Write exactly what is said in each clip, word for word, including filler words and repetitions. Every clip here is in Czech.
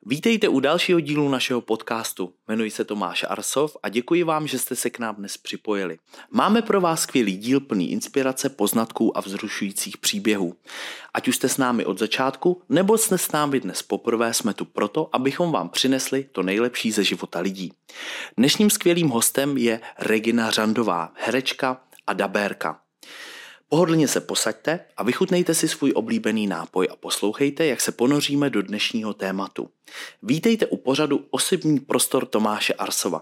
Vítejte u dalšího dílu našeho podcastu. Jmenuji se Tomáš Arsov a děkuji vám, že jste se k nám dnes připojili. Máme pro vás skvělý díl plný inspirace, poznatků a vzrušujících příběhů. Ať už jste s námi od začátku, nebo jste s námi dnes poprvé, jsme tu proto, abychom vám přinesli to nejlepší ze života lidí. Dnešním skvělým hostem je Regina Řandová, herečka a dabérka. Pohodlně se posaďte a vychutnejte si svůj oblíbený nápoj a poslouchejte, jak se ponoříme do dnešního tématu. Vítejte u pořadu Osobní prostor Tomáše Arsova.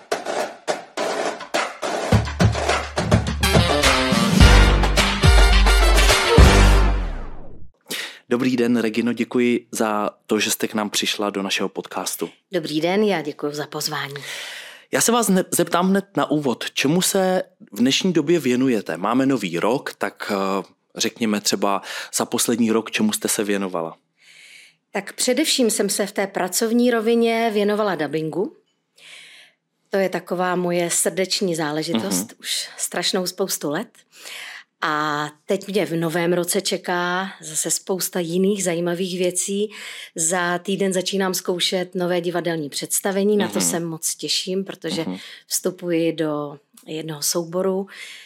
Dobrý den, Regino, děkuji za to, že jste k nám přišla do našeho podcastu. Dobrý den, já děkuji za pozvání. Já se vás zeptám hned na úvod, čemu se v dnešní době věnujete? Máme nový rok, tak řekněme třeba za poslední rok, čemu jste se věnovala? Tak především jsem se v té pracovní rovině věnovala dabingu. To je taková moje srdeční záležitost, uh-huh. už strašnou spoustu let. A teď mě v novém roce čeká zase spousta jiných zajímavých věcí. Za týden začínám zkoušet nové divadelní představení, uh-huh. na to se moc těším, protože uh-huh. vstupuji do jednoho souboru,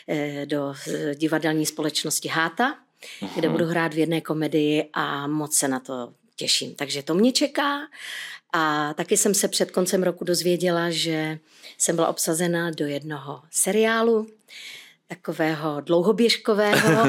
do divadelní společnosti Háta, uh-huh. kde budu hrát v jedné komedii a moc se na to těším. Takže to mě čeká. A taky jsem se před koncem roku dozvěděla, že jsem byla obsazena do jednoho seriálu, takového dlouhoběžkového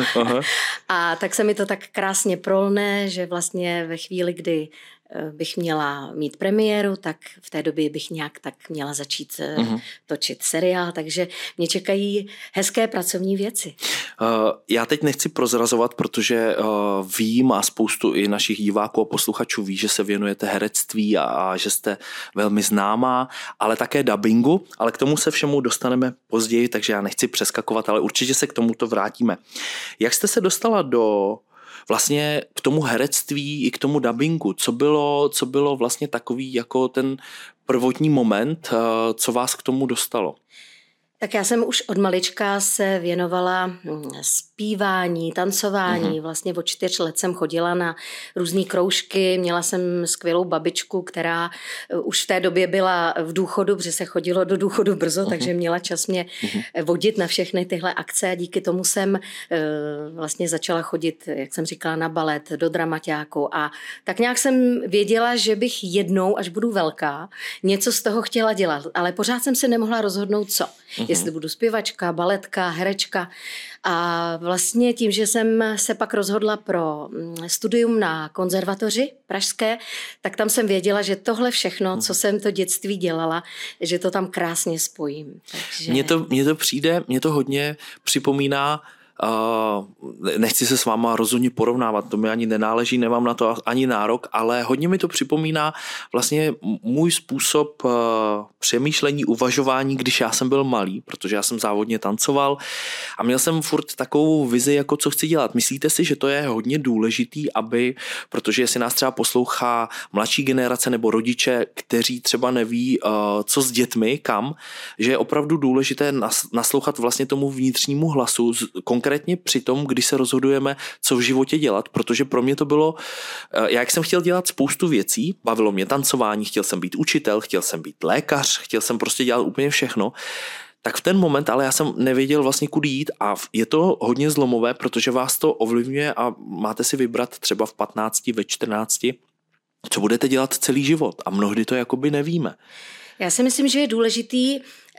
a tak se mi to tak krásně prolne, že vlastně ve chvíli, kdy bych měla mít premiéru, tak v té době bych nějak tak měla začít uh-huh. točit seriál, takže mě čekají hezké pracovní věci. Uh, já teď nechci prozrazovat, protože uh, vím a spoustu i našich diváků a posluchačů ví, že se věnujete herectví a, a že jste velmi známá, ale také dabingu, ale k tomu se všemu dostaneme později, takže já nechci přeskakovat, ale určitě se k tomuto vrátíme. Jak jste se dostala do vlastně k tomu herectví i k tomu dabingu? Co bylo, co bylo vlastně takový jako ten prvotní moment, co vás k tomu dostalo? Tak já jsem už od malička se věnovala zpívání, tancování. Vlastně od čtyř let jsem chodila na různé kroužky. Měla jsem skvělou babičku, která už v té době byla v důchodu, protože se chodilo do důchodu brzo, takže měla čas mě vodit na všechny tyhle akce a díky tomu jsem vlastně začala chodit, jak jsem říkala, na balet, do dramaťáku a tak nějak jsem věděla, že bych jednou, až budu velká, něco z toho chtěla dělat, ale pořád jsem se nemohla rozhodnout, co. Jestli budu zpěvačka, baletka, herečka. A vlastně tím, že jsem se pak rozhodla pro studium na konzervatoři pražské, tak tam jsem věděla, že tohle všechno, co jsem to dětství dělala, že to tam krásně spojím. Takže... Mně to, mně to přijde, mně to hodně připomíná. Uh, nechci se s váma rozhodně porovnávat, to mi ani nenáleží, nemám na to ani nárok, ale hodně mi to připomíná vlastně můj způsob uh, přemýšlení, uvažování, když já jsem byl malý, protože já jsem závodně tancoval a měl jsem furt takovou vizi, jako co chci dělat. Myslíte si, že to je hodně důležitý, aby, protože jestli nás třeba poslouchá mladší generace nebo rodiče, kteří třeba neví, uh, co s dětmi, kam, že je opravdu důležité nas, naslouchat vlastně tomu vnitřnímu hlasu, konkrétně při tom, když se rozhodujeme, co v životě dělat, protože pro mě to bylo, já jak jsem chtěl dělat spoustu věcí, bavilo mě tancování, chtěl jsem být učitel, chtěl jsem být lékař, chtěl jsem prostě dělat úplně všechno, tak v ten moment, ale já jsem nevěděl vlastně kudy jít a je to hodně zlomové, protože vás to ovlivňuje a máte si vybrat třeba v patnácti, ve čtrnácti, co budete dělat celý život a mnohdy to jakoby nevíme. Já si myslím, že je důležitý,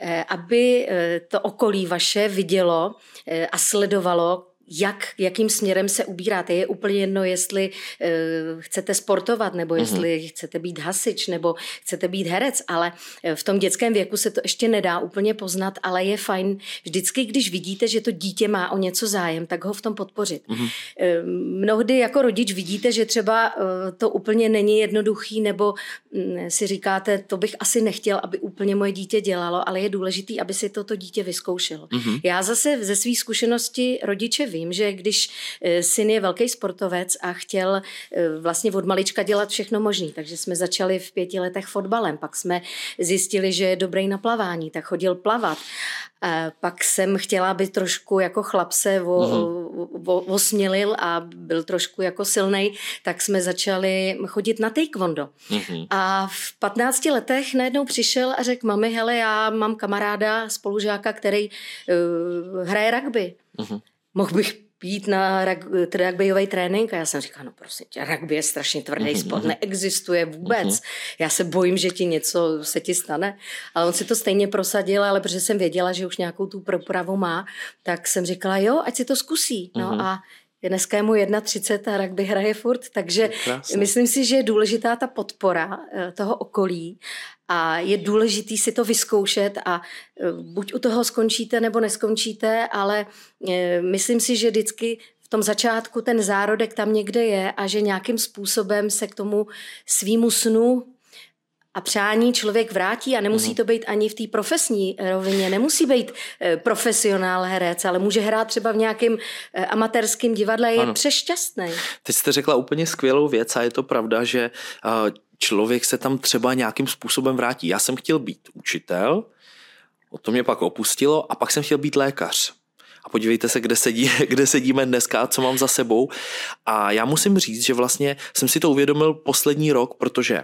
aby to okolí vaše vidělo a sledovalo, jak, jakým směrem se ubíráte. Je úplně jedno, jestli uh, chcete sportovat, nebo jestli uh-huh. chcete být hasič, nebo chcete být herec, ale v tom dětském věku se to ještě nedá úplně poznat, ale je fajn vždycky, když vidíte, že to dítě má o něco zájem, tak ho v tom podpořit. Uh-huh. Uh, mnohdy jako rodič vidíte, že třeba uh, to úplně není jednoduchý, nebo um, si říkáte, to bych asi nechtěl, aby úplně moje dítě dělalo, ale je důležitý, aby si toto dítě vyzkoušelo. Uh-huh. Já zase ze své zkušenosti rodiče vím, že když syn je velký sportovec a chtěl vlastně od malička dělat všechno možné, takže jsme začali v pěti letech fotbalem, pak jsme zjistili, že je dobrý na plavání, tak chodil plavat. A pak jsem chtěla, aby trošku jako chlap se o, mm-hmm. o, osmělil a byl trošku jako silnej, tak jsme začali chodit na taekwondo. Mm-hmm. A v patnácti letech najednou přišel a řekl, mami, hele, já mám kamaráda, spolužáka, který uh, hraje rugby. Mm-hmm. Mohl bych jít na rugbyový trénink a já jsem říkala, no prosím tě, rugby je strašně tvrdý mm-hmm. sport, neexistuje vůbec. Mm-hmm. Já se bojím, že ti něco se ti stane. Ale on si to stejně prosadil, ale protože jsem věděla, že už nějakou tu propravu má, tak jsem říkala, jo, ať si to zkusí. No mm-hmm. a dneska je mu třicet jedna a rugby hraje furt, takže myslím si, že je důležitá ta podpora toho okolí a je důležitý si to vyzkoušet a buď u toho skončíte nebo neskončíte, ale myslím si, že vždycky v tom začátku ten zárodek tam někde je a že nějakým způsobem se k tomu svýmu snu a přání člověk vrátí a nemusí to být ani v té profesní rovině, nemusí být profesionál herec, ale může hrát třeba v nějakém amatérském divadle, je přešťastný. Teď jste řekla úplně skvělou věc a je to pravda, že člověk se tam třeba nějakým způsobem vrátí. Já jsem chtěl být učitel, o to mě pak opustilo a pak jsem chtěl být lékař. A podívejte se, kde, sedí, kde sedíme dneska a co mám za sebou. A já musím říct, že vlastně jsem si to uvědomil poslední rok, protože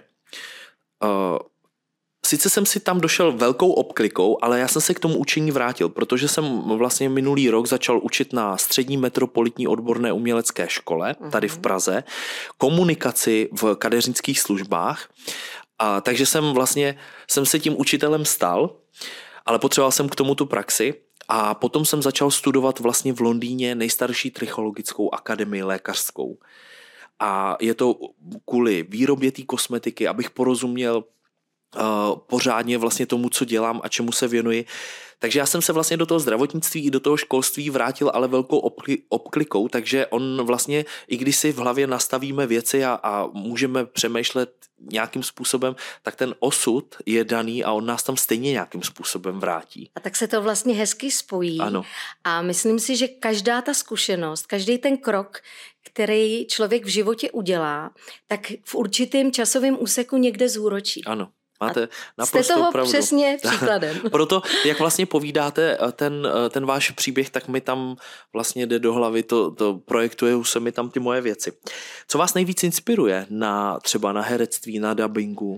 Uh, sice jsem si tam došel velkou obklikou, ale já jsem se k tomu učení vrátil, protože jsem vlastně minulý rok začal učit na střední metropolitní odborné umělecké škole, tady v Praze, komunikaci v kadeřnických službách. A takže jsem vlastně jsem se tím učitelem stal, ale potřeboval jsem k tomu tu praxi. A potom jsem začal studovat vlastně v Londýně nejstarší trichologickou akademii lékařskou. A je to kvůli výrobě té kosmetiky, abych porozuměl uh, pořádně vlastně tomu, co dělám a čemu se věnuji. Takže já jsem se vlastně do toho zdravotnictví i do toho školství vrátil, ale velkou obkli, obklikou, takže on vlastně, i když si v hlavě nastavíme věci a, a můžeme přemýšlet nějakým způsobem, tak ten osud je daný a on nás tam stejně nějakým způsobem vrátí. A tak se to vlastně hezky spojí. Ano. A myslím si, že každá ta zkušenost, každý ten krok, který člověk v životě udělá, tak v určitém časovém úseku někde zúročí. Ano. Máte naprosto jste toho pravdu. Přesně příkladem. Proto, jak vlastně povídáte ten, ten váš příběh, tak mi tam vlastně jde do hlavy, to, to projektuje se mi tam ty moje věci. Co vás nejvíc inspiruje na třeba na herectví, na dabingu?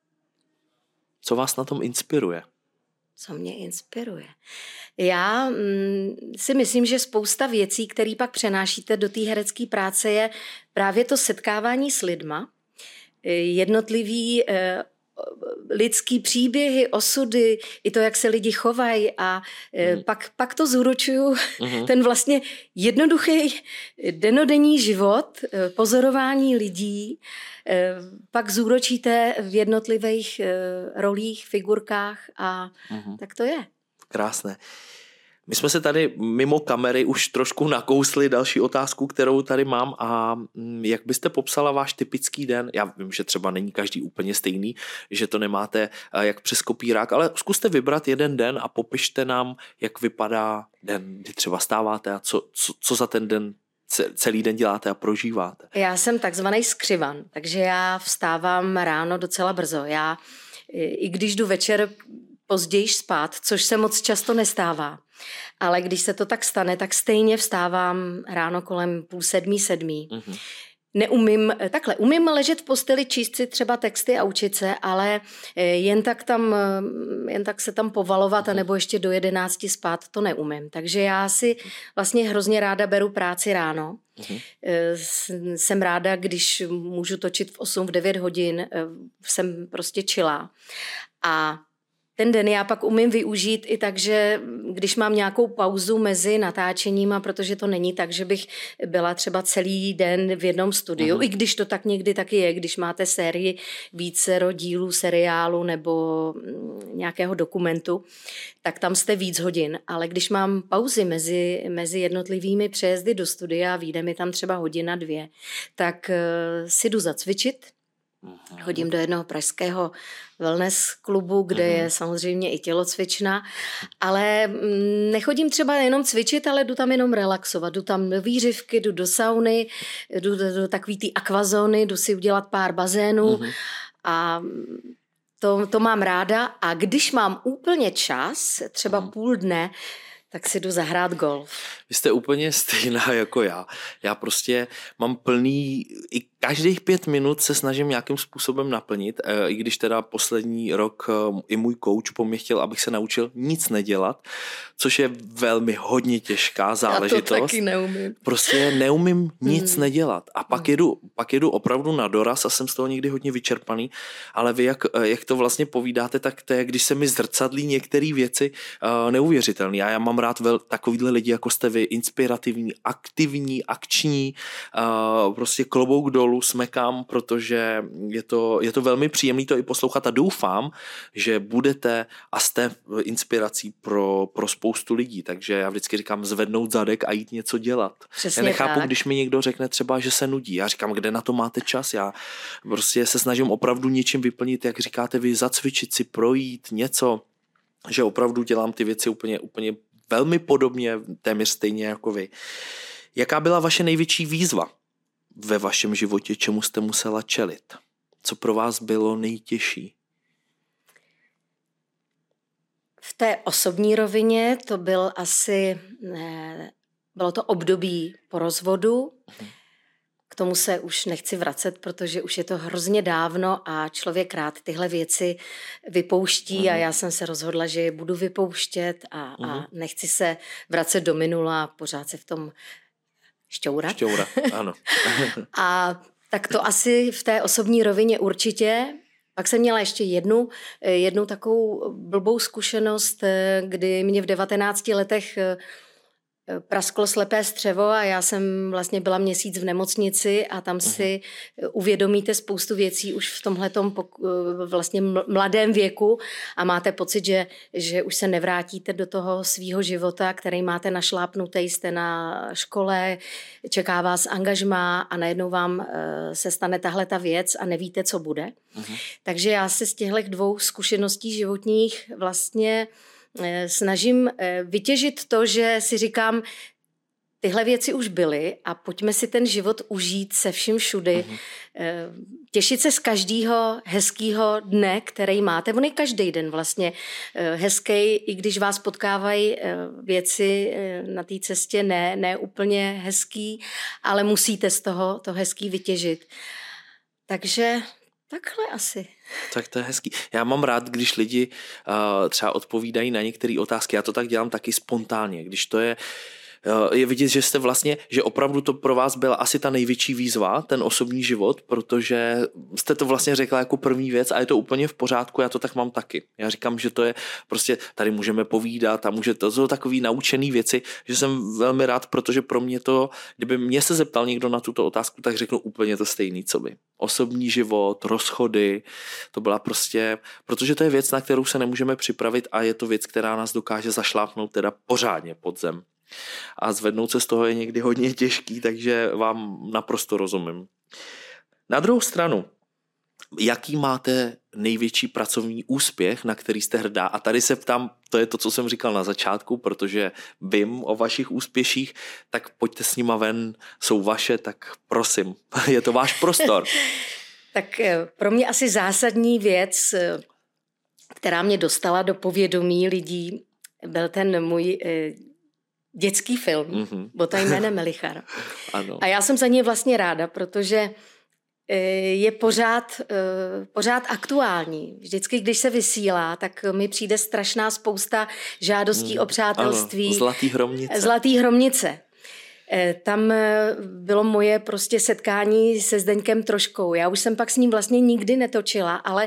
Co vás na tom inspiruje? Co mě inspiruje? Já mm, si myslím, že spousta věcí, které pak přenášíte do té herecké práce, je právě to setkávání s lidma, jednotlivý eh, lidský příběhy, osudy, i to, jak se lidi chovají a mm. pak, pak to zúročuju, mm. ten vlastně jednoduchý denodenní život, pozorování lidí, pak zúročíte v jednotlivých rolích, figurkách a mm. tak to je. Krásné. My jsme se tady mimo kamery už trošku nakousli další otázku, kterou tady mám a jak byste popsala váš typický den? Já vím, že třeba není každý úplně stejný, že to nemáte jak přes kopírák, ale zkuste vybrat jeden den a popište nám, jak vypadá den, kdy třeba stáváte a co, co, co za ten den celý den děláte a prožíváte. Já jsem takzvaný skřivan, takže já vstávám ráno docela brzo. Já, i když jdu večer později spát, což se moc často nestává. Ale když se to tak stane, tak stejně vstávám ráno kolem půl sedmí, sedmí. Mm-hmm. Neumím, takhle, umím ležet v posteli, číst si třeba texty a učit se, ale jen tak, tam, jen tak se tam povalovat, mm-hmm. anebo ještě do jedenácti spát, to neumím. Takže já si vlastně hrozně ráda beru práci ráno. Mm-hmm. Jsem ráda, když můžu točit v osm, v devět hodin, jsem prostě chillá. A ten den já pak umím využít i tak, že když mám nějakou pauzu mezi natáčeníma, protože to není tak, že bych byla třeba celý den v jednom studiu, uh-huh. i když to tak někdy taky je, když máte sérii vícero dílů seriálu nebo nějakého dokumentu, tak tam jste víc hodin. Ale když mám pauzy mezi, mezi jednotlivými přejezdy do studia, vyjde mi tam třeba hodina, dvě, tak si jdu zacvičit. Mm-hmm. Chodím do jednoho pražského wellness klubu, kde mm-hmm. je samozřejmě i tělocvična, ale nechodím třeba jenom cvičit, ale jdu tam jenom relaxovat. Jdu tam do výřivky, jdu do sauny, jdu do, do takový té akvazóny, jdu si udělat pár bazénů mm-hmm. a to, to mám ráda. A když mám úplně čas, třeba mm-hmm. půl dne, tak si jdu zahrát golf. Vy jste úplně stejná jako já. Já prostě mám plný, i každých pět minut se snažím nějakým způsobem naplnit, i když teda poslední rok i můj coach po mně chtěl, abych se naučil nic nedělat, což je velmi hodně těžká záležitost. Já to taky neumím. Prostě neumím nic hmm. nedělat. A pak jedu, pak jedu opravdu na doraz a jsem z toho někdy hodně vyčerpaný, ale vy, jak, jak to vlastně povídáte, tak to je, když se mi zrcadlí některé věci uh, neuvěřitelné. A já mám rád vel, takovýhle lidi, jako jste vy, inspirativní, aktivní, akční, uh, prostě klobouk dolů, smekám, protože je to, je to velmi příjemné to i poslouchat a doufám, že budete a jste inspirací pro, pro spoustu lidí, takže já vždycky říkám zvednout zadek a jít něco dělat. Přesně já nechápu, tak. Když mi někdo řekne třeba, že se nudí. Já říkám, kde na to máte čas? Já prostě se snažím opravdu něčím vyplnit, jak říkáte vy, zacvičit si, projít něco, že opravdu dělám ty věci úplně, úplně velmi podobně, téměř stejně jako vy. Jaká byla vaše největší výzva ve vašem životě, čemu jste musela čelit? Co pro vás bylo nejtěžší? V té osobní rovině to byl asi, ne, bylo to období po rozvodu. K tomu se už nechci vracet, protože už je to hrozně dávno a člověk rád tyhle věci vypouští uh-huh. a já jsem se rozhodla, že je budu vypouštět a, uh-huh. a nechci se vracet do minula a pořád se v tom šťourat. Šťoura, ano. A tak to asi v té osobní rovině určitě. Pak jsem měla ještě jednu, jednu takovou blbou zkušenost, kdy mě v devatenácti letech prasklo slepé střevo a já jsem vlastně byla měsíc v nemocnici a tam si uvědomíte spoustu věcí už v tomhletom vlastně mladém věku a máte pocit, že, že už se nevrátíte do toho svýho života, který máte našlápnutý, jste na škole, čeká vás angažmá a najednou vám se stane tahle ta věc a nevíte, co bude. Uh-huh. Takže já se z těchto dvou zkušeností životních vlastně snažím vytěžit to, že si říkám, tyhle věci už byly a pojďme si ten život užít se vším všudy. Uh-huh. Těšit se z každého hezkého dne, který máte. On je každý den vlastně hezký, i když vás potkávají věci na té cestě ne, ne úplně hezký, ale musíte z toho to hezký vytěžit. Takže takhle asi. Tak to je hezký. Já mám rád, když lidi uh, třeba odpovídají na některé otázky. Já to tak dělám taky spontánně. Když to je je vidět, že jste vlastně, že opravdu to pro vás byla asi ta největší výzva, ten osobní život, protože jste to vlastně řekla jako první věc a je to úplně v pořádku, já to tak mám taky. Já říkám, že to je prostě, tady můžeme povídat a může to, to jsou takový naučený věci, že jsem velmi rád, protože pro mě to, kdyby mě se zeptal někdo na tuto otázku, tak řeknu úplně to stejný, co by. Osobní život, rozchody, to byla prostě, protože to je věc, na kterou se nemůžeme připravit a je to věc, která nás dokáže zašlápnout teda pořádně pod zem. A zvednout se z toho je někdy hodně těžký, takže vám naprosto rozumím. Na druhou stranu, jaký máte největší pracovní úspěch, na který jste hrdá? A tady se ptám, to je to, co jsem říkal na začátku, protože vím o vašich úspěších, tak pojďte s nima ven, jsou vaše, tak prosím, je to váš prostor. Tak pro mě asi zásadní věc, která mě dostala do povědomí lidí, byl ten můj dětský film, mm-hmm. Bota jménem Melichar. Ano. A já jsem za něj vlastně ráda, protože je pořád, pořád aktuální. Vždycky, když se vysílá, tak mi přijde strašná spousta žádostí mm, o přátelství. Ano, Zlatý hromnice. Zlatý hromnice. Tam bylo moje prostě setkání se Zdeňkem Troškou. Já už jsem pak s ním vlastně nikdy netočila, ale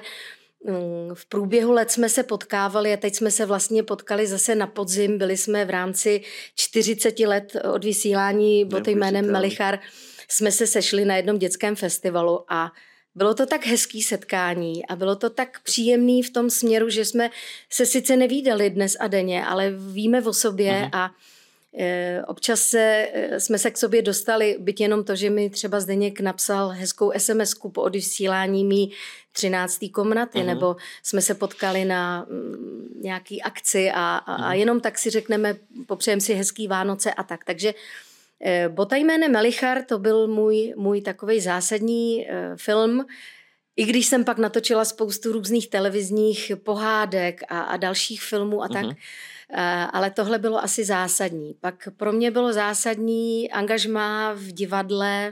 v průběhu let jsme se potkávali a teď jsme se vlastně potkali zase na podzim. Byli jsme v rámci čtyřicet let od vysílání Boty jménem Melichar. Jsme se sešli na jednom dětském festivalu a bylo to tak hezký setkání a bylo to tak příjemný v tom směru, že jsme se sice nevídali dnes a denně, ale víme o sobě uh-huh. a Občas se, jsme se k sobě dostali, byť jenom to, že mi třeba Zdeněk napsal hezkou es em esku po odvysílání mý třinácté komnaty, uh-huh. nebo jsme se potkali na nějaký akci a, a, a jenom tak si řekneme, popřejeme si hezký Vánoce a tak. Takže Bota jménem Melichar, to byl můj, můj takovej zásadní film, i když jsem pak natočila spoustu různých televizních pohádek a, a dalších filmů a tak, uh-huh. ale tohle bylo asi zásadní. Pak pro mě bylo zásadní angažmá v divadle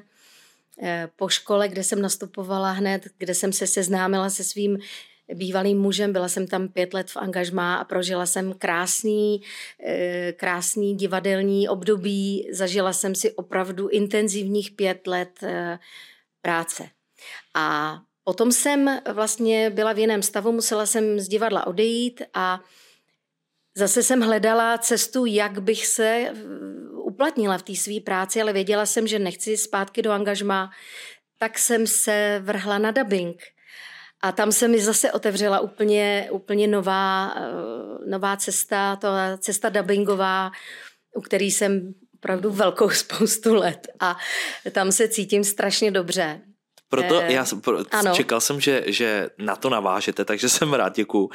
po škole, kde jsem nastupovala hned, kde jsem se seznámila se svým bývalým mužem, byla jsem tam pět let v angažmá a prožila jsem krásný, krásný divadelní období, zažila jsem si opravdu intenzivních pět let práce. A potom jsem vlastně byla v jiném stavu, musela jsem z divadla odejít a zase jsem hledala cestu, jak bych se uplatnila v té své práci, ale věděla jsem, že nechci zpátky do angažmá, tak jsem se vrhla na dabing. A tam se mi zase otevřela úplně, úplně nová, nová cesta, to cesta dabingová, u který jsem opravdu velkou spoustu let a tam se cítím strašně dobře. Proto já pro, čekal jsem, že, že na to navážete, takže jsem rád, děkuju.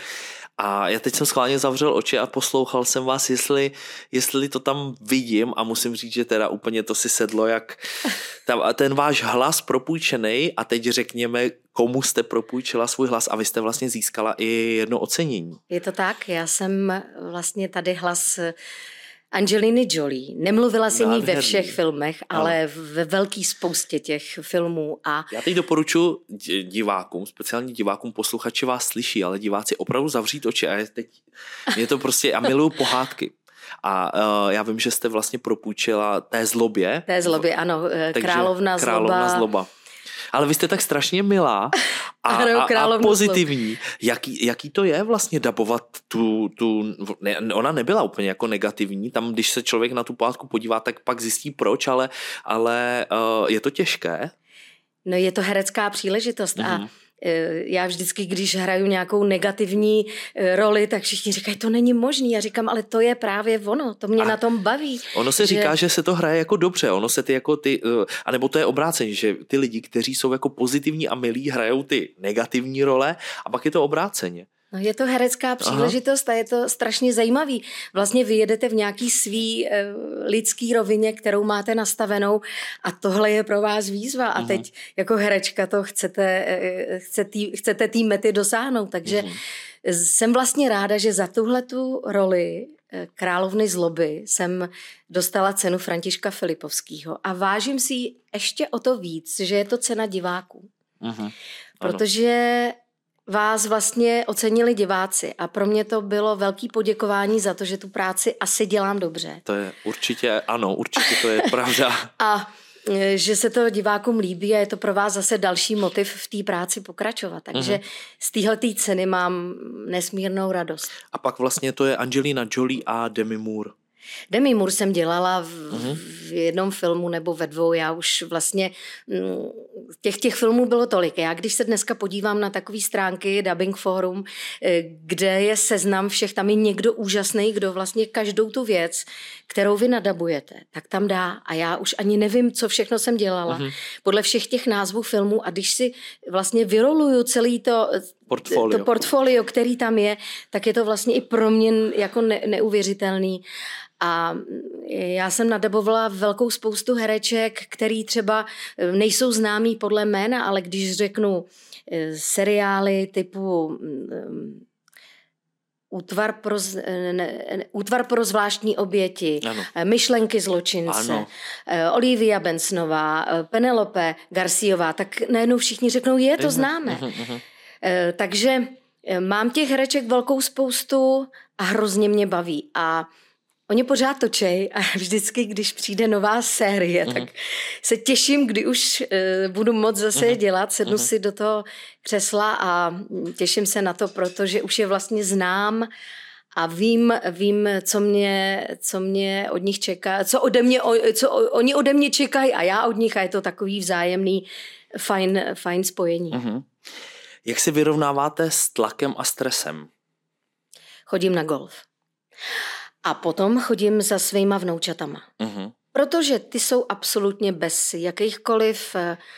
A já teď jsem schválně zavřel oči a poslouchal jsem vás, jestli, jestli to tam vidím a musím říct, že teda úplně to si sedlo, jak tam, ten váš hlas propůjčený a teď řekněme, komu jste propůjčila svůj hlas a vy jste vlastně získala i jedno ocenění. Je to tak, já jsem vlastně tady hlas Angeliny Jolie. Nemluvila si ní ve všech filmech, ale ano. ve velký spoustě těch filmů. A já teď doporučuji divákům, speciálně divákům, posluchači vás slyší, ale diváci opravdu zavřít oči a je teď, je to prostě, já miluju pohádky. A uh, já vím, že jste vlastně propůjčila té zlobě. Té zlobě, ano. Královna, královna zloba. zloba. Ale vy jste tak strašně milá a, a, a pozitivní. Jaký, jaký to je vlastně dabovat tu, tu ne, ona nebyla úplně jako negativní, tam když se člověk na tu pohádku podívá, tak pak zjistí proč, ale, ale uh, je to těžké? No je to herecká příležitost mm-hmm. a já vždycky, když hraju nějakou negativní roli, tak všichni říkají, to není možný. Já říkám, ale to je právě ono, to mě a na tom baví. Ono se že... říká, že se to hraje jako dobře, ono se ty jako ty, anebo to je obráceně, že ty lidi, kteří jsou jako pozitivní a milí, hrajou ty negativní role a pak je to obráceně. No je to herecká příležitost Aha. a je to strašně zajímavý. Vlastně vy jedete v nějaký svý e, lidský rovině, kterou máte nastavenou a tohle je pro vás výzva a Aha. teď jako herečka to chcete, e, chcete, chcete tý mety dosáhnout. Takže Aha. jsem vlastně ráda, že za tuhletu roli e, královny zloby jsem dostala cenu Františka Filipovského a vážím si ji ještě o to víc, že je to cena diváků. Aha. Protože vás vlastně ocenili diváci a pro mě to bylo velký poděkování za to, že tu práci asi dělám dobře. To je určitě, ano, určitě to je pravda. A že se to divákům líbí a je to pro vás zase další motiv v té práci pokračovat. Takže uh-huh. z téhletý ceny mám nesmírnou radost. A pak vlastně to je Angelina Jolie a Demi Moore. Demi Moore jsem dělala v, uh-huh. v jednom filmu nebo ve dvou. Já už vlastně těch, těch filmů bylo tolik. Já když se dneska podívám na takové stránky Dubbing Forum, kde je seznam všech, tam je někdo úžasný, kdo vlastně každou tu věc, kterou vy nadabujete, tak tam dá. A já už ani nevím, co všechno jsem dělala. Uh-huh. Podle všech těch názvů filmů a když si vlastně vyroluju celý to portfolio. to portfolio, který tam je, tak je to vlastně i pro mě jako ne, neuvěřitelný. A já jsem nadabovala velkou spoustu hereček, který třeba nejsou známí podle jména, ale když řeknu seriály typu Útvar pro, ne, útvar pro zvláštní oběti, ano. Myšlenky zločince, ano. Olivia Bensonová, Penelope Garciová, tak najednou všichni řeknou, je to známe. Uh-huh, uh-huh. Takže mám těch hereček velkou spoustu a hrozně mě baví. A oni pořád točej a vždycky, když přijde nová série, uh-huh. tak se těším, kdy už uh, budu moc zase uh-huh. dělat, sednu uh-huh. si do toho křesla a těším se na to, protože už je vlastně znám a vím, vím co, mě, co mě od nich čeká, co, ode mě, co oni ode mě čekají a já od nich a je to takový vzájemný fajn, fajn spojení. Uh-huh. Jak se vyrovnáváte s tlakem a stresem? Chodím na golf. A potom chodím za svýma vnoučatama. Uh-huh. Protože ty jsou absolutně bez jakýchkoliv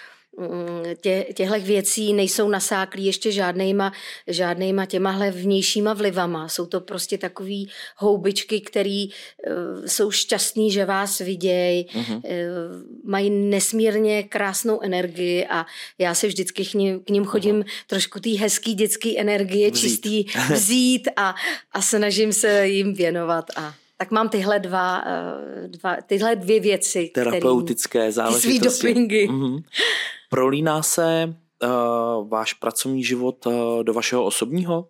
tě, těchto věcí, nejsou nasáklí ještě žádnejma, žádnejma těmahle vnějšíma vlivama. Jsou to prostě takový houbičky, který uh, jsou šťastní, že vás vidějí, uh-huh. uh, mají nesmírně krásnou energii a já se vždycky k ním, k ním chodím uh-huh. trošku té hezký dětský energie, vzít. čistý vzít a, a snažím se jim věnovat a tak mám tyhle dva, dva tyhle dvě věci. Terapeutické záležitosti. Svý dopingy. Mm-hmm. Prolíná se uh, váš pracovní život uh, do vašeho osobního?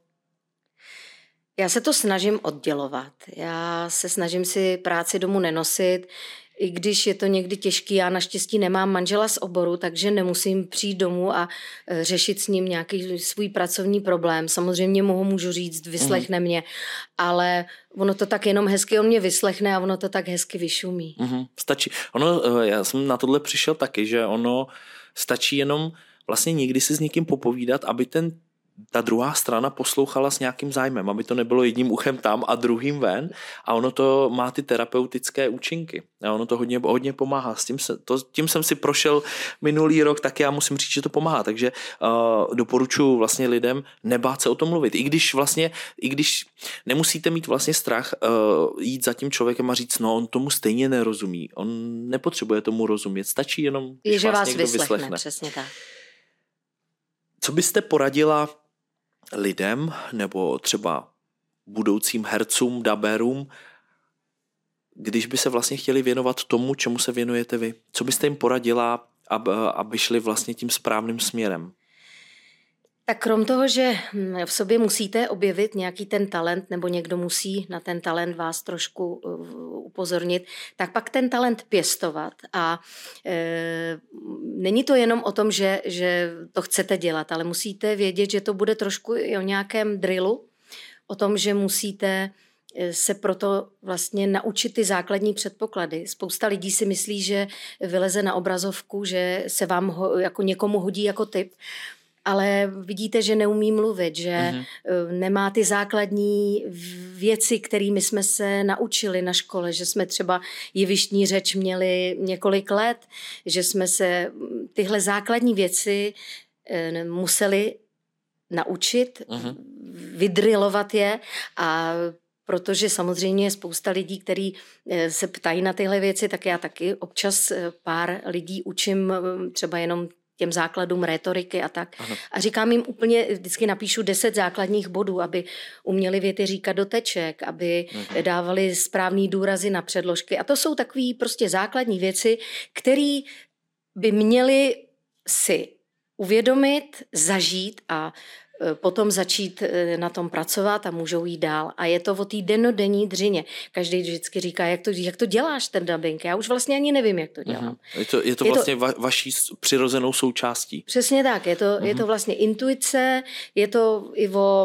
Já se to snažím oddělovat. Já se snažím si práci domů nenosit, i když je to někdy těžký. Já naštěstí nemám manžela z oboru, takže nemusím přijít domů a řešit s ním nějaký svůj pracovní problém. Samozřejmě mu ho můžu říct, vyslechne mm. mě, ale ono to tak jenom hezky on mě vyslechne a ono to tak hezky vyšumí. Mm-hmm. Stačí. Ono, já jsem na tohle přišel taky, že ono stačí jenom vlastně někdy si s někým popovídat, aby ten ta druhá strana poslouchala s nějakým zájmem, aby to nebylo jedním uchem tam a druhým ven a ono to má ty terapeutické účinky a ono to hodně, hodně pomáhá. S tím, se, to, tím jsem si prošel minulý rok, tak já musím říct, že to pomáhá, takže uh, doporučuji vlastně lidem nebát se o tom mluvit. I když vlastně, i když nemusíte mít vlastně strach uh, jít za tím člověkem a říct, no on tomu stejně nerozumí, on nepotřebuje tomu rozumět, stačí jenom, když je, že vás, vás někdo vyslechne, vyslechne. přesně tak. Co byste poradila lidem nebo třeba budoucím hercům, daberům, když by se vlastně chtěli věnovat tomu, čemu se věnujete vy? Co byste jim poradila, aby, aby šli vlastně tím správným směrem? Tak krom toho, že v sobě musíte objevit nějaký ten talent, nebo někdo musí na ten talent vás trošku upozornit, tak pak ten talent pěstovat. A e, není to jenom o tom, že, že to chcete dělat, ale musíte vědět, že to bude trošku i o nějakém drillu, o tom, že musíte se proto vlastně naučit ty základní předpoklady. Spousta lidí si myslí, že vyleze na obrazovku, že se vám ho, jako někomu hodí jako typ, ale vidíte, že neumí mluvit, že mm-hmm. nemá ty základní věci, kterými jsme se naučili na škole, že jsme třeba jevištní řeč měli několik let, že jsme se tyhle základní věci museli naučit, mm-hmm. vydrilovat je a protože samozřejmě je spousta lidí, kteří se ptají na tyhle věci, tak já taky občas pár lidí učím třeba jenom těm základům rétoriky a tak. Aha. A říkám jim úplně, vždycky napíšu deset základních bodů, aby uměli věty říkat do teček, aby Aha. dávali správný důrazy na předložky. A to jsou takové prostě základní věci, které by měli si uvědomit, zažít a potom začít na tom pracovat a můžou jít dál. A je to o té dennodenní dřině. Každý vždycky říká, jak to, jak to děláš ten dubbing. Já už vlastně ani nevím, jak to dělám. Uh-huh. Je to, je to je vlastně to, va, vaší přirozenou součástí. Přesně tak. Je to, uh-huh. je to vlastně intuice, je to i o,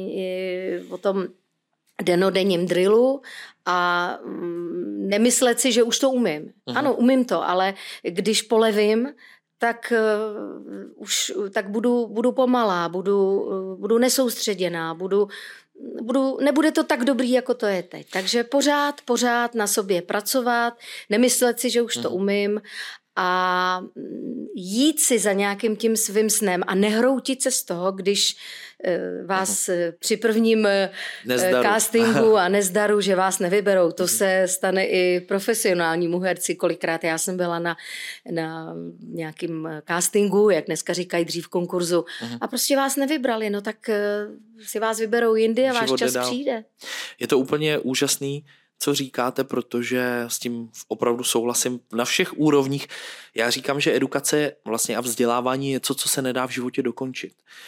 i o tom dennodenním drillu a nemyslet si, že už to umím. Uh-huh. Ano, umím to, ale když polevím, tak uh, už tak budu, budu pomalá, budu, uh, budu nesoustředěná, budu, budu, nebude to tak dobrý, jako to je teď. Takže pořád, pořád na sobě pracovat, nemyslet si, že už to umím a jít si za nějakým tím svým snem a nehroutit se z toho, když uh, vás uh, při prvním uh, castingu a nezdaru, že vás nevyberou. To se stane i profesionálnímu herci. Kolikrát já jsem byla na, na nějakým castingu, jak dneska říkají dřív konkurzu, a prostě vás nevybrali, no tak uh, si vás vyberou jindy a váš čas přijde. Je to úplně úžasný, co říkáte, protože s tím opravdu souhlasím na všech úrovních. Já říkám, že edukace vlastně a vzdělávání je něco, co se nedá v životě dokončit.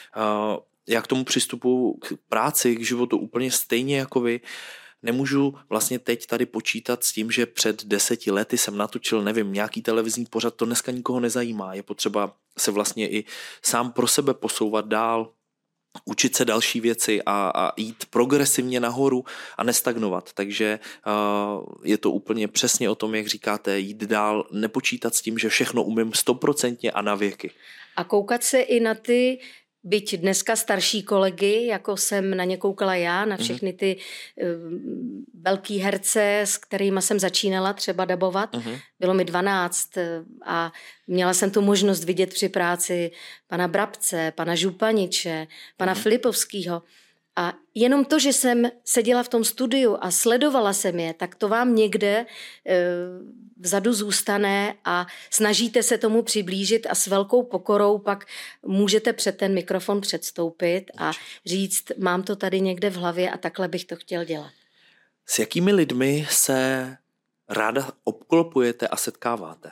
Já k tomu přistupuji k práci, k životu úplně stejně jako vy. Nemůžu vlastně teď tady počítat s tím, že před deseti lety jsem natočil, nevím, nějaký televizní pořad, to dneska nikoho nezajímá. Je potřeba se vlastně i sám pro sebe posouvat dál, učit se další věci a, a jít progresivně nahoru a nestagnovat. Takže uh, je to úplně přesně o tom, jak říkáte, jít dál, nepočítat s tím, že všechno umím stoprocentně a na věky. A koukat se i na ty byť dneska starší kolegy, jako jsem na ně koukala já, na všechny ty uh, velký herce, s kterými jsem začínala třeba dabovat. Uh-huh. Bylo mi dvanáct a měla jsem tu možnost vidět při práci pana Brabce, pana Županiče, pana uh-huh. Filipovského. A jenom to, že jsem seděla v tom studiu a sledovala jsem je, tak to vám někde e, vzadu zůstane a snažíte se tomu přiblížit a s velkou pokorou pak můžete před ten mikrofon předstoupit a říct, mám to tady někde v hlavě a takhle bych to chtěl dělat. S jakými lidmi se ráda obklopujete a setkáváte?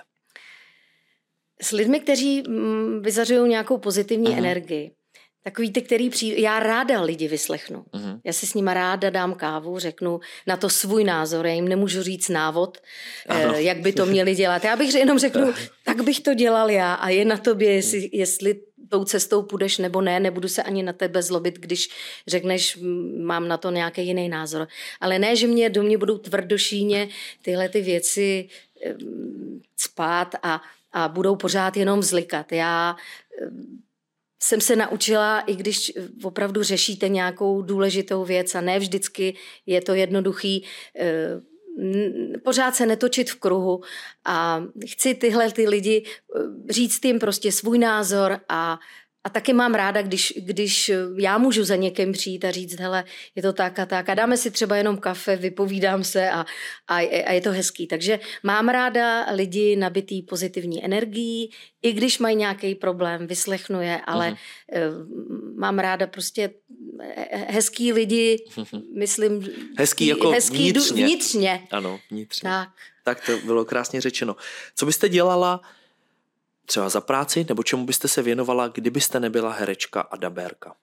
S lidmi, kteří vyzařují nějakou pozitivní uh-huh. energii. Takový ty, který přijde, já ráda lidi vyslechnu. Uh-huh. Já si s nima ráda dám kávu, řeknu na to svůj názor, já jim nemůžu říct návod, eh, jak by to měli dělat. Já bych jenom řeknu, tak bych to dělal já a je na tobě, jestli, jestli tou cestou půjdeš nebo ne, nebudu se ani na tebe zlobit, když řekneš, mám na to nějaký jiný názor. Ale ne, že mě do mě budou tvrdošíně tyhle ty věci eh, cpát a, a budou pořád jenom vzlikat. Já eh, jsem se naučila, i když opravdu řešíte nějakou důležitou věc a ne vždycky je to jednoduchý, pořád se netočit v kruhu a chci tyhle ty lidi říct jim prostě svůj názor a A taky mám ráda, když, když já můžu za někým přijít a říct, hele, je to tak a tak a dáme si třeba jenom kafe, vypovídám se a, a, a je to hezký. Takže mám ráda lidi nabitý pozitivní energií, i když mají nějaký problém, vyslechnu je, ale uh-huh. mám ráda prostě hezký lidi, myslím... Hezký jako hezký vnitřně. vnitřně. Ano, vnitřně. Tak. Tak to bylo krásně řečeno. Co byste dělala třeba za práci, nebo čemu byste se věnovala, kdybyste nebyla herečka a dabérka?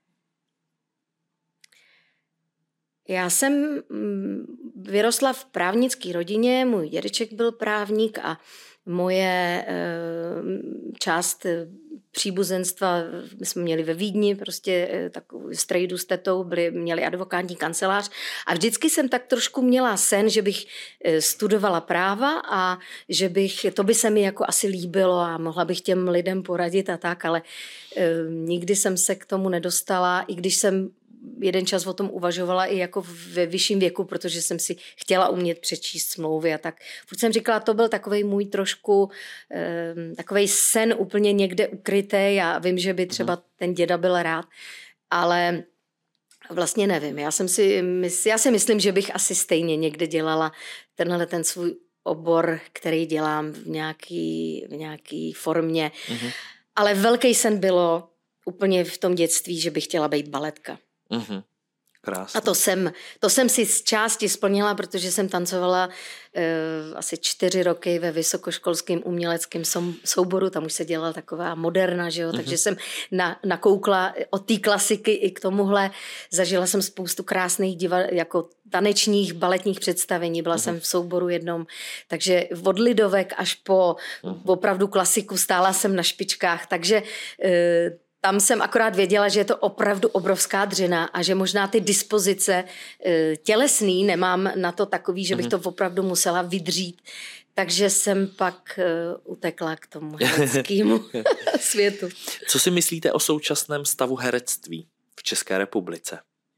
Já jsem vyrostla v právnické rodině, můj dědeček byl právník a moje část příbuzenstva, my jsme měli ve Vídni prostě takovou strejdu s tetou, byli, měli advokátní kancelář a vždycky jsem tak trošku měla sen, že bych studovala práva a že bych, to by se mi jako asi líbilo a mohla bych těm lidem poradit a tak, ale nikdy jsem se k tomu nedostala, i když jsem jeden čas o tom uvažovala i jako ve vyšším věku, protože jsem si chtěla umět přečíst smlouvy a tak. Furt jsem říkala, to byl takovej můj trošku eh, takovej sen úplně někde ukrytý a vím, že by třeba ten děda byl rád, ale vlastně nevím. Já, jsem si, já si myslím, že bych asi stejně někde dělala tenhle ten svůj obor, který dělám v nějaký, v nějaký formě. Mm-hmm. Ale velký sen bylo úplně v tom dětství, že bych chtěla být baletka. Mm-hmm. Krásně. A to jsem, to jsem si z části splnila, protože jsem tancovala uh, asi čtyři roky ve vysokoškolském uměleckém souboru, tam už se dělala taková moderna, že jo? Mm-hmm. Takže jsem na, nakoukla od té klasiky i k tomuhle. Zažila jsem spoustu krásných diva, jako tanečních, baletních představení, byla mm-hmm. jsem v souboru jednom, takže od lidovek až po mm-hmm. opravdu klasiku stála jsem na špičkách, takže uh, tam jsem akorát věděla, že je to opravdu obrovská dřina a že možná ty dispozice tělesný nemám na to takový, že bych to opravdu musela vydřít. Takže jsem pak utekla k tomu hereckému světu. Co si myslíte o současném stavu herectví v České republice?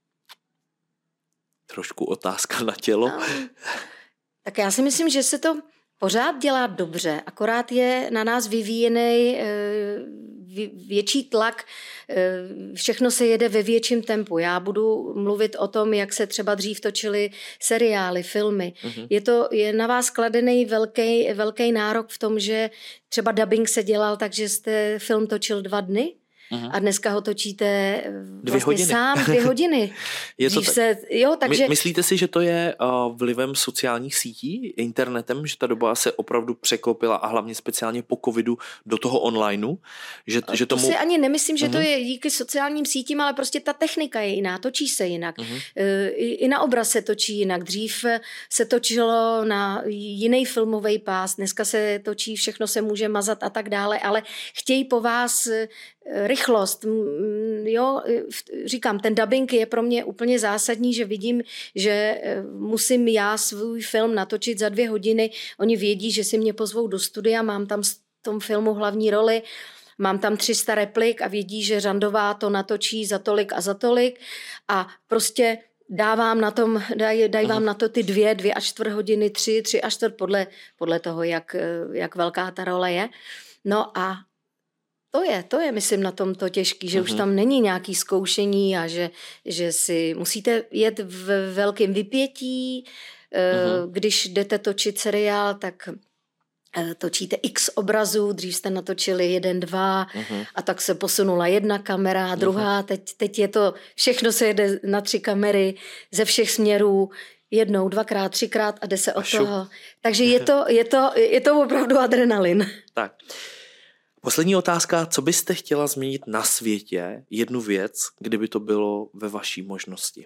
Trošku otázka na tělo. No, tak já si myslím, že se to pořád dělá dobře, akorát je na nás vyvíjený větší tlak, všechno se jede ve větším tempu. Já budu mluvit o tom, jak se třeba dřív točily seriály, filmy. Uh-huh. Je to je na vás kladený velký, velký nárok v tom, že třeba dubbing se dělal tak, že jste film točil dva dny, uh-huh. a dneska ho točíte dvě vlastně hodiny. sám dvě hodiny. Je to tak... se, jo, takže... My, myslíte si, že to je uh, vlivem sociálních sítí, internetem, že ta doba se opravdu překlopila a hlavně speciálně po covidu do toho onlineu? Že, že tomu... To si ani nemyslím, že uh-huh. to je díky sociálním sítím, ale prostě ta technika je jiná, točí se jinak. Uh-huh. I, I na obraz se točí jinak. Dřív se točilo na jiný filmový pás, dneska se točí, všechno se může mazat a tak dále, ale chtějí po vás rychlost, jo, říkám, ten dubbing je pro mě úplně zásadní, že vidím, že musím já svůj film natočit za dvě hodiny, oni vědí, že si mě pozvou do studia, mám tam v tom filmu hlavní roli mám tam tři sta replik a vědí, že Řandová to natočí za tolik a za tolik a prostě dávám na tom, daj, daj vám na to ty dvě, dvě a čtvrt hodiny, tři, tři a čtvrt, podle, podle toho, jak, jak velká ta role je. No a to je, to je, myslím, na tom to těžký, že uh-huh. už tam není nějaký zkoušení a že, že si musíte jet v velkém vypětí. Uh-huh. Když jdete točit seriál, tak točíte x obrazů, dřív jste natočili jeden, dva uh-huh. a tak se posunula jedna kamera a druhá, uh-huh. teď, teď je to, všechno se jede na tři kamery ze všech směrů, jednou, dvakrát, třikrát a jde se od toho. Takže je to, je, to, je to opravdu adrenalin. Tak. Poslední otázka, co byste chtěla změnit na světě, jednu věc, kdyby to bylo ve vaší možnosti?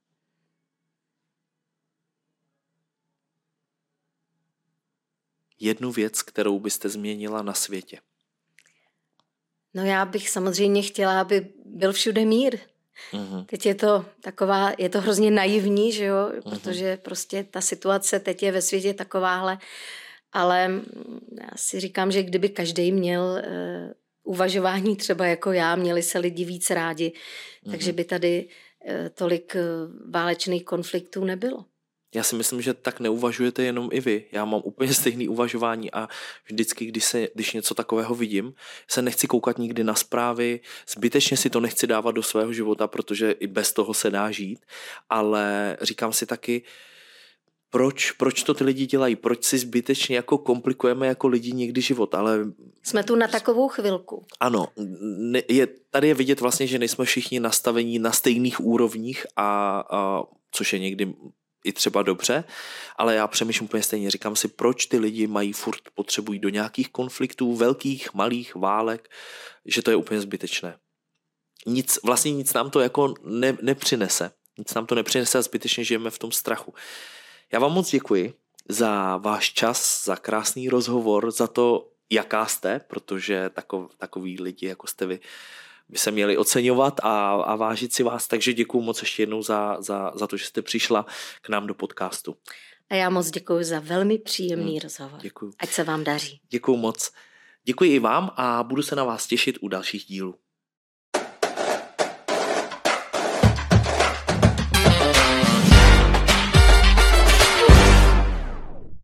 Jednu věc, kterou byste změnila na světě. No já bych samozřejmě chtěla, aby byl všude mír. Uhum. Teď je to taková, je to hrozně naivní, že jo, uhum. protože prostě ta situace teď je ve světě takováhle, ale já si říkám, že kdyby každý měl uh, uvažování třeba jako já, měli se lidi víc rádi, uhum. takže by tady uh, tolik uh, válečných konfliktů nebylo. Já si myslím, že tak neuvažujete jenom i vy. Já mám úplně stejné uvažování a vždycky, když, se, když něco takového vidím, se nechci koukat nikdy na zprávy, zbytečně si to nechci dávat do svého života, protože i bez toho se dá žít, ale říkám si taky, proč, proč to ty lidi dělají, proč si zbytečně jako komplikujeme jako lidi někdy život, ale... Jsme tu na takovou chvilku. Ano, je, tady je vidět vlastně, že nejsme všichni nastavení na stejných úrovních, a, a což je někdy i třeba dobře, ale já přemýšlím úplně stejně. Říkám si, proč ty lidi mají furt potřebují do nějakých konfliktů, velkých, malých, válek, že to je úplně zbytečné. Nic, vlastně nic nám to jako ne, nepřinese. Nic nám to nepřinese a zbytečně žijeme v tom strachu. Já vám moc děkuji za váš čas, za krásný rozhovor, za to, jaká jste, protože takov, takový lidi, jako jste vy, by se měli oceňovat a, a vážit si vás, takže děkuju moc ještě jednou za, za, za to, že jste přišla k nám do podcastu. A já moc děkuju za velmi příjemný hmm, rozhovor. Děkuju. Ať se vám daří. Děkuju moc. Děkuji i vám a budu se na vás těšit u dalších dílů.